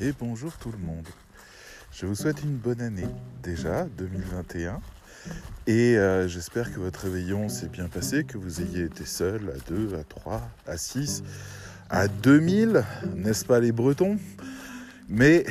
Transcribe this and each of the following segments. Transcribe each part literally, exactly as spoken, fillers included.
Et bonjour tout le monde. Je vous souhaite une bonne année, déjà, deux mille vingt et un. Et euh, j'espère que votre réveillon s'est bien passé, que vous ayez été seul à deux, à trois, à six, à deux mille, n'est-ce pas les Bretons? Mais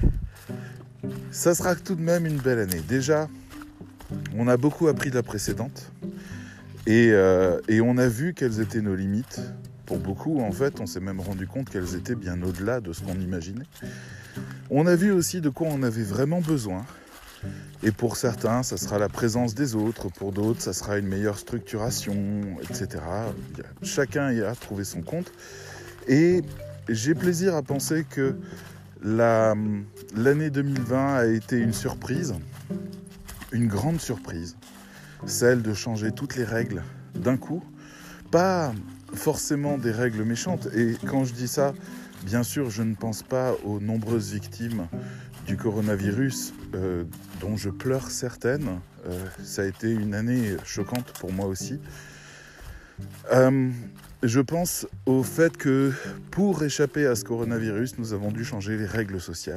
ça sera tout de même une belle année. Déjà, on a beaucoup appris de la précédente et, euh, et on a vu quelles étaient nos limites. Pour beaucoup, en fait, on s'est même rendu compte qu'elles étaient bien au-delà de ce qu'on imaginait. On a vu aussi de quoi on avait vraiment besoin. Et pour certains, ça sera la présence des autres. Pour d'autres, ça sera une meilleure structuration, et cetera. Chacun y a trouvé son compte. Et j'ai plaisir à penser que la, l'année deux mille vingt a été une surprise, une grande surprise. Celle de changer toutes les règles d'un coup. Pas forcément des règles méchantes. Et quand je dis ça, bien sûr, je ne pense pas aux nombreuses victimes du coronavirus, euh, dont je pleure certaines. Euh, ça a été une année choquante pour moi aussi. Euh, je pense au fait que pour échapper à ce coronavirus, nous avons dû changer les règles sociales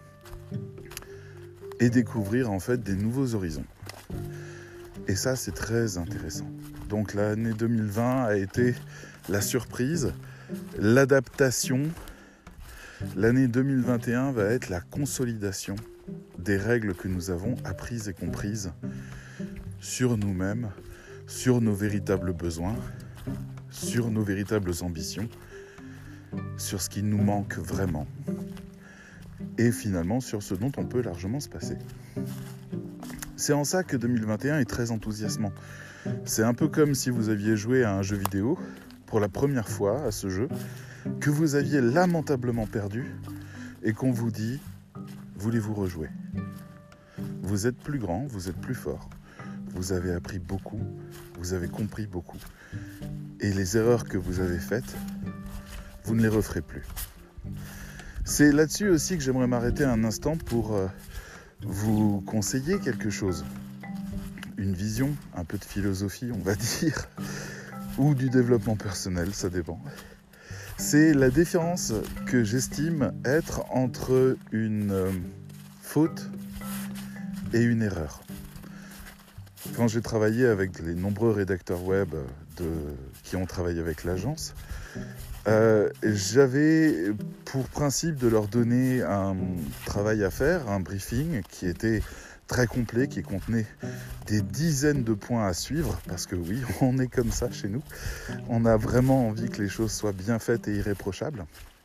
et découvrir en fait des nouveaux horizons. Et ça, c'est très intéressant. Donc l'année deux mille vingt a été la surprise, l'adaptation. L'année deux mille vingt et un va être la consolidation des règles que nous avons apprises et comprises sur nous-mêmes, sur nos véritables besoins, sur nos véritables ambitions, sur ce qui nous manque vraiment et finalement sur ce dont on peut largement se passer. C'est en ça que deux mille vingt et un est très enthousiasmant. C'est un peu comme si vous aviez joué à un jeu vidéo pour la première fois à ce jeu, que vous aviez lamentablement perdu et qu'on vous dit « Voulez-vous rejouer ?» Vous êtes plus grand, vous êtes plus fort, vous avez appris beaucoup, vous avez compris beaucoup. Et les erreurs que vous avez faites, vous ne les referez plus. C'est là-dessus aussi que j'aimerais m'arrêter un instant pour euh, vous conseiller quelque chose. Une vision, un peu de philosophie, on va dire, ou du développement personnel, ça dépend. C'est la différence que j'estime être entre une euh, faute et une erreur. Quand j'ai travaillé avec les nombreux rédacteurs web de, qui ont travaillé avec l'agence, euh, j'avais pour principe de leur donner un travail à faire, un briefing qui était très complet, qui contenait des dizaines de points à suivre, parce que oui, on est comme ça chez nous. On a vraiment envie que les choses soient bien faites et irréprochables.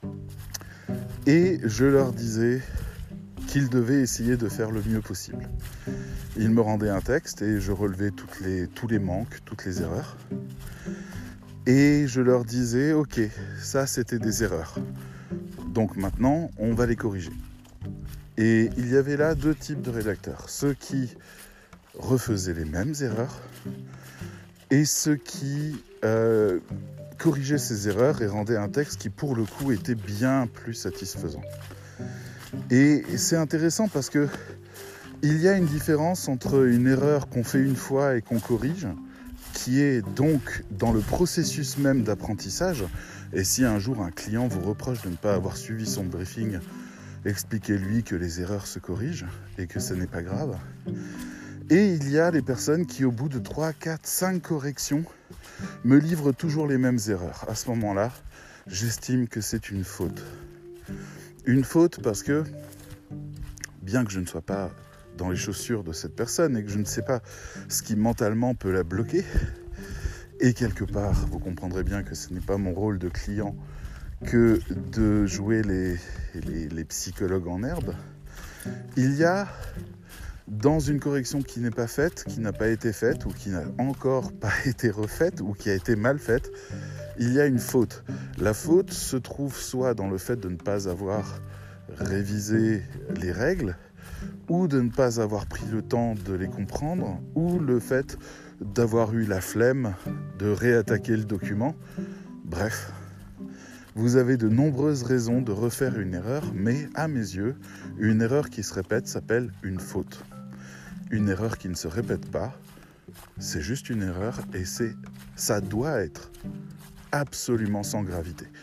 Et je leur disais qu'ils devaient essayer de faire le mieux possible. Ils me rendaient un texte et je relevais toutes les, tous les manques, toutes les erreurs. Et je leur disais, ok, ça c'était des erreurs. Donc maintenant, on va les corriger. Et il y avait là deux types de rédacteurs. Ceux qui refaisaient les mêmes erreurs et ceux qui euh, corrigeaient ces erreurs et rendaient un texte qui, pour le coup, était bien plus satisfaisant. Et c'est intéressant parce que il y a une différence entre une erreur qu'on fait une fois et qu'on corrige, qui est donc dans le processus même d'apprentissage. Et si un jour un client vous reproche de ne pas avoir suivi son briefing, expliquez-lui que les erreurs se corrigent et que ce n'est pas grave. Et il y a les personnes qui, au bout de trois, quatre, cinq corrections, me livrent toujours les mêmes erreurs. À ce moment-là, j'estime que c'est une faute. Une faute parce que, bien que je ne sois pas dans les chaussures de cette personne et que je ne sais pas ce qui mentalement peut la bloquer, et quelque part, vous comprendrez bien que ce n'est pas mon rôle de client que de jouer les, les, les psychologues en herbe, il y a dans une correction qui n'est pas faite, qui n'a pas été faite, ou qui n'a encore pas été refaite, ou qui a été mal faite, il y a une faute. La faute se trouve soit dans le fait de ne pas avoir révisé les règles, ou de ne pas avoir pris le temps de les comprendre, ou le fait d'avoir eu la flemme de réattaquer le document. Bref, vous avez de nombreuses raisons de refaire une erreur, mais à mes yeux, une erreur qui se répète s'appelle une faute. Une erreur qui ne se répète pas, c'est juste une erreur et c'est, ça doit être absolument sans gravité.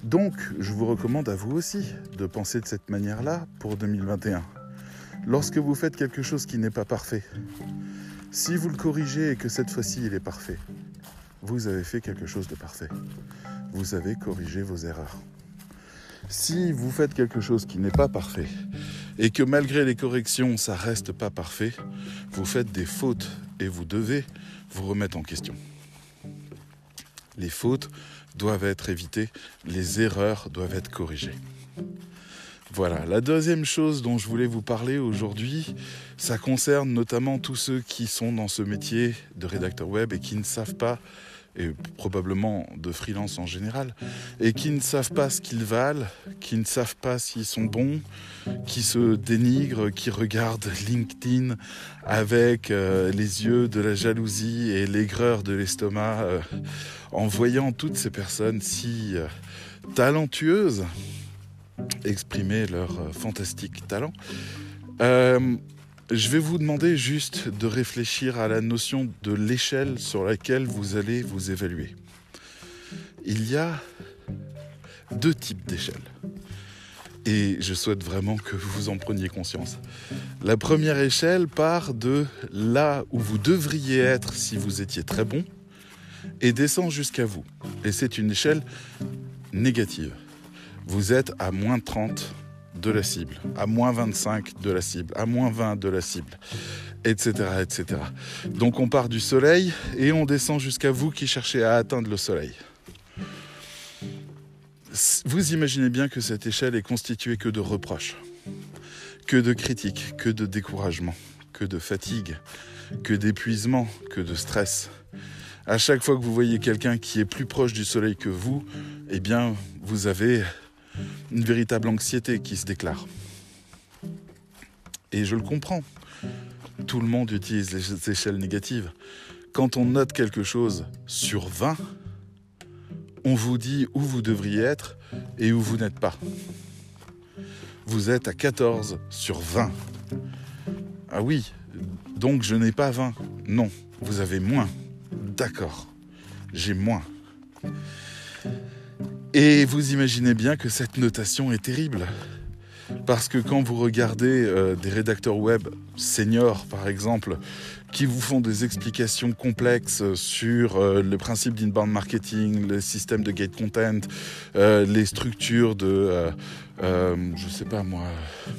Donc, je vous recommande à vous aussi de penser de cette manière-là pour deux mille vingt et un. Lorsque vous faites quelque chose qui n'est pas parfait, si vous le corrigez et que cette fois-ci il est parfait, vous avez fait quelque chose de parfait. Vous avez corrigé vos erreurs. Si vous faites quelque chose qui n'est pas parfait et que malgré les corrections, ça reste pas parfait, vous faites des fautes et vous devez vous remettre en question. Les fautes doivent être évitées, les erreurs doivent être corrigées. Voilà, la deuxième chose dont je voulais vous parler aujourd'hui, ça concerne notamment tous ceux qui sont dans ce métier de rédacteur web et qui ne savent pas, et probablement de freelance en général, et qui ne savent pas ce qu'ils valent, qui ne savent pas s'ils sont bons, qui se dénigrent, qui regardent LinkedIn avec euh, les yeux de la jalousie et l'aigreur de l'estomac, euh, en voyant toutes ces personnes si euh, talentueuses exprimer leur euh, fantastique talent. Euh, je vais vous demander juste de réfléchir à la notion de l'échelle sur laquelle vous allez vous évaluer. Il y a deux types d'échelles. Et je souhaite vraiment que vous en preniez conscience. La première échelle part de là où vous devriez être si vous étiez très bon et descend jusqu'à vous. Et c'est une échelle négative. Vous êtes à moins trente de la cible, à moins vingt-cinq de la cible, à moins vingt de la cible, et cetera, et cetera. Donc on part du soleil et on descend jusqu'à vous qui cherchez à atteindre le soleil. Vous imaginez bien que cette échelle est constituée que de reproches, que de critiques, que de découragement, que de fatigue, que d'épuisement, que de stress. À chaque fois que vous voyez quelqu'un qui est plus proche du soleil que vous, eh bien, vous avez une véritable anxiété qui se déclare. Et je le comprends. Tout le monde utilise les échelles négatives. Quand on note quelque chose sur vingt, on vous dit où vous devriez être et où vous n'êtes pas. Vous êtes à quatorze sur vingt. Ah oui, donc je n'ai pas vingt. Non, vous avez moins. D'accord, j'ai moins. Et vous imaginez bien que cette notation est terrible. Parce que quand vous regardez euh, des rédacteurs web seniors, par exemple, qui vous font des explications complexes sur euh, le principe d'inbound marketing, le système de gate content, euh, les structures de, euh, euh, je sais pas moi,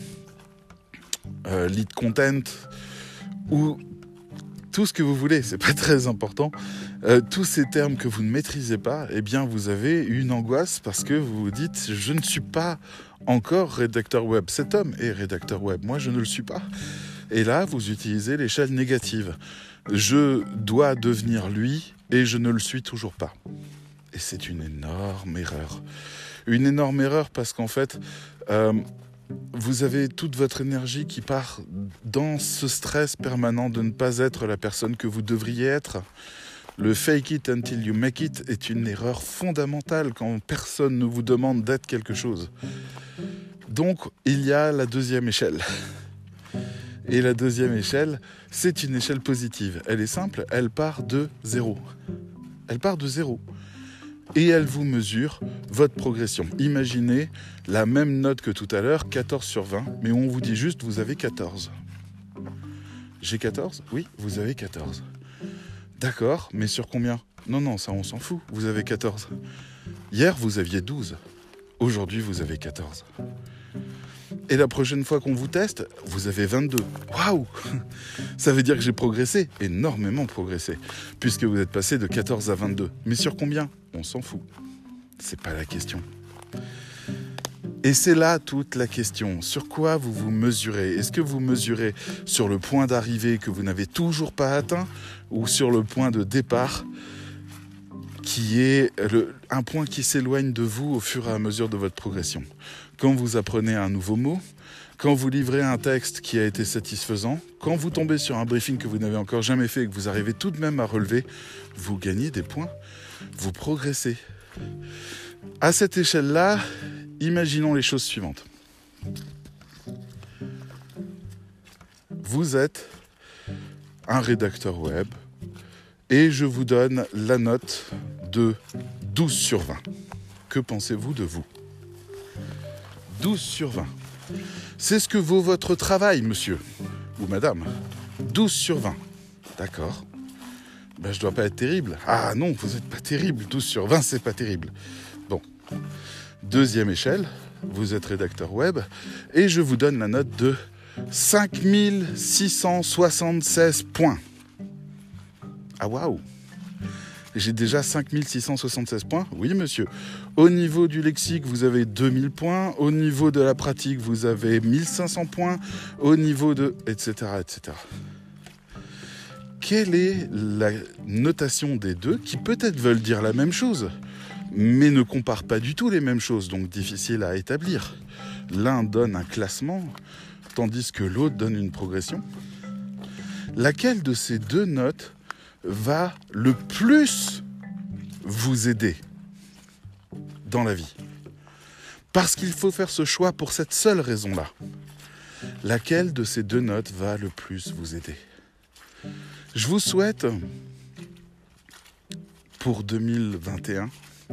euh, lead content, ou tout ce que vous voulez, c'est pas très important. Euh, tous ces termes que vous ne maîtrisez pas, eh bien, vous avez une angoisse parce que vous vous dites, je ne suis pas encore rédacteur web. Cet homme est rédacteur web, moi je ne le suis pas. Et là, vous utilisez l'échelle négative. Je dois devenir lui et je ne le suis toujours pas. Et c'est une énorme erreur. Une énorme erreur parce qu'en fait, euh, vous avez toute votre énergie qui part dans ce stress permanent de ne pas être la personne que vous devriez être. Le fake it until you make it est une erreur fondamentale quand personne ne vous demande d'être quelque chose. Donc, il y a la deuxième échelle. Et la deuxième échelle, c'est une échelle positive. Elle est simple, elle part de zéro. Elle part de zéro. Et elle vous mesure votre progression. Imaginez la même note que tout à l'heure, quatorze sur vingt, mais on vous dit juste, vous avez quatorze. J'ai quatorze ? Oui, vous avez quatorze. D'accord, mais sur combien ? Non, non, ça on s'en fout, vous avez quatorze. Hier, vous aviez douze. Aujourd'hui, vous avez quatorze. Et la prochaine fois qu'on vous teste, vous avez vingt-deux. Waouh ! Ça veut dire que j'ai progressé, énormément progressé, puisque vous êtes passé de quatorze à vingt-deux. Mais sur combien ? On s'en fout. C'est pas la question. Et c'est là toute la question. Sur quoi vous vous mesurez ? Est-ce que vous mesurez sur le point d'arrivée que vous n'avez toujours pas atteint ou sur le point de départ qui est le, un point qui s'éloigne de vous au fur et à mesure de votre progression ? Quand vous apprenez un nouveau mot, quand vous livrez un texte qui a été satisfaisant, quand vous tombez sur un briefing que vous n'avez encore jamais fait et que vous arrivez tout de même à relever, vous gagnez des points, vous progressez. À cette échelle-là, imaginons les choses suivantes. Vous êtes un rédacteur web et je vous donne la note de douze sur vingt. Que pensez-vous de vous ? douze sur vingt. C'est ce que vaut votre travail, monsieur ou madame. douze sur vingt. D'accord. Ben, je dois pas être terrible. Ah non, vous n'êtes pas terrible. douze sur vingt, c'est pas terrible. Bon. Deuxième échelle, vous êtes rédacteur web et je vous donne la note de cinq mille six cent soixante-seize points. Ah waouh! J'ai déjà cinq mille six cent soixante-seize points. Oui, monsieur. Au niveau du lexique, vous avez deux mille points. Au niveau de la pratique, vous avez mille cinq cents points. Au niveau de... et cetera, et cetera. Quelle est la notation des deux qui peut-être veulent dire la même chose, mais ne comparent pas du tout les mêmes choses, donc difficile à établir. L'un donne un classement, tandis que l'autre donne une progression. Laquelle de ces deux notes va le plus vous aider dans la vie ? Parce qu'il faut faire ce choix pour cette seule raison-là. Laquelle de ces deux notes va le plus vous aider ? Je vous souhaite, pour deux mille vingt et un,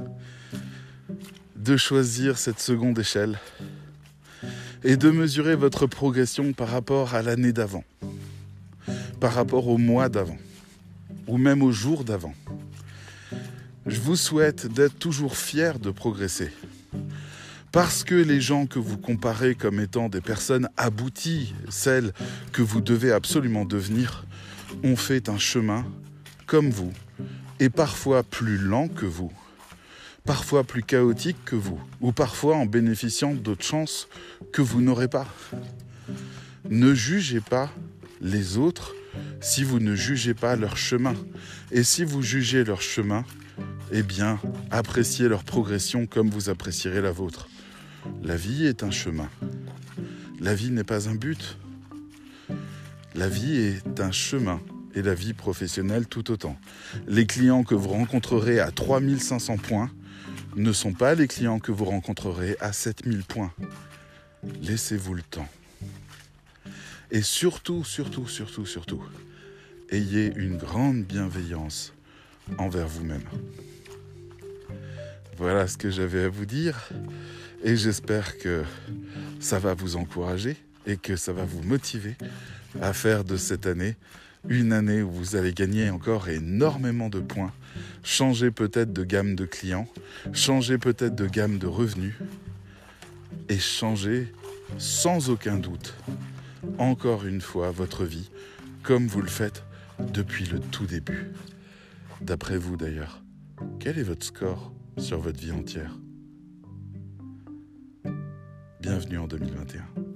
de choisir cette seconde échelle et de mesurer votre progression par rapport à l'année d'avant, par rapport au mois d'avant, ou même au jour d'avant. Je vous souhaite d'être toujours fiers de progresser. Parce que les gens que vous comparez comme étant des personnes abouties, celles que vous devez absolument devenir, ont fait un chemin comme vous, et parfois plus lent que vous, parfois plus chaotique que vous, ou parfois en bénéficiant d'autres chances que vous n'aurez pas. Ne jugez pas les autres si vous ne jugez pas leur chemin. Et si vous jugez leur chemin, eh bien, appréciez leur progression comme vous apprécierez la vôtre. La vie est un chemin. La vie n'est pas un but. La vie est un chemin. Et la vie professionnelle tout autant. Les clients que vous rencontrerez à trois mille cinq cents points ne sont pas les clients que vous rencontrerez à sept mille points. Laissez-vous le temps. Et surtout, surtout, surtout, surtout, ayez une grande bienveillance envers vous-même. Voilà ce que j'avais à vous dire. Et j'espère que ça va vous encourager et que ça va vous motiver à faire de cette année une année où vous allez gagner encore énormément de points, changer peut-être de gamme de clients, changer peut-être de gamme de revenus et changer sans aucun doute, encore une fois, votre vie comme vous le faites depuis le tout début. D'après vous d'ailleurs, quel est votre score sur votre vie entière ? Bienvenue en deux mille vingt et un.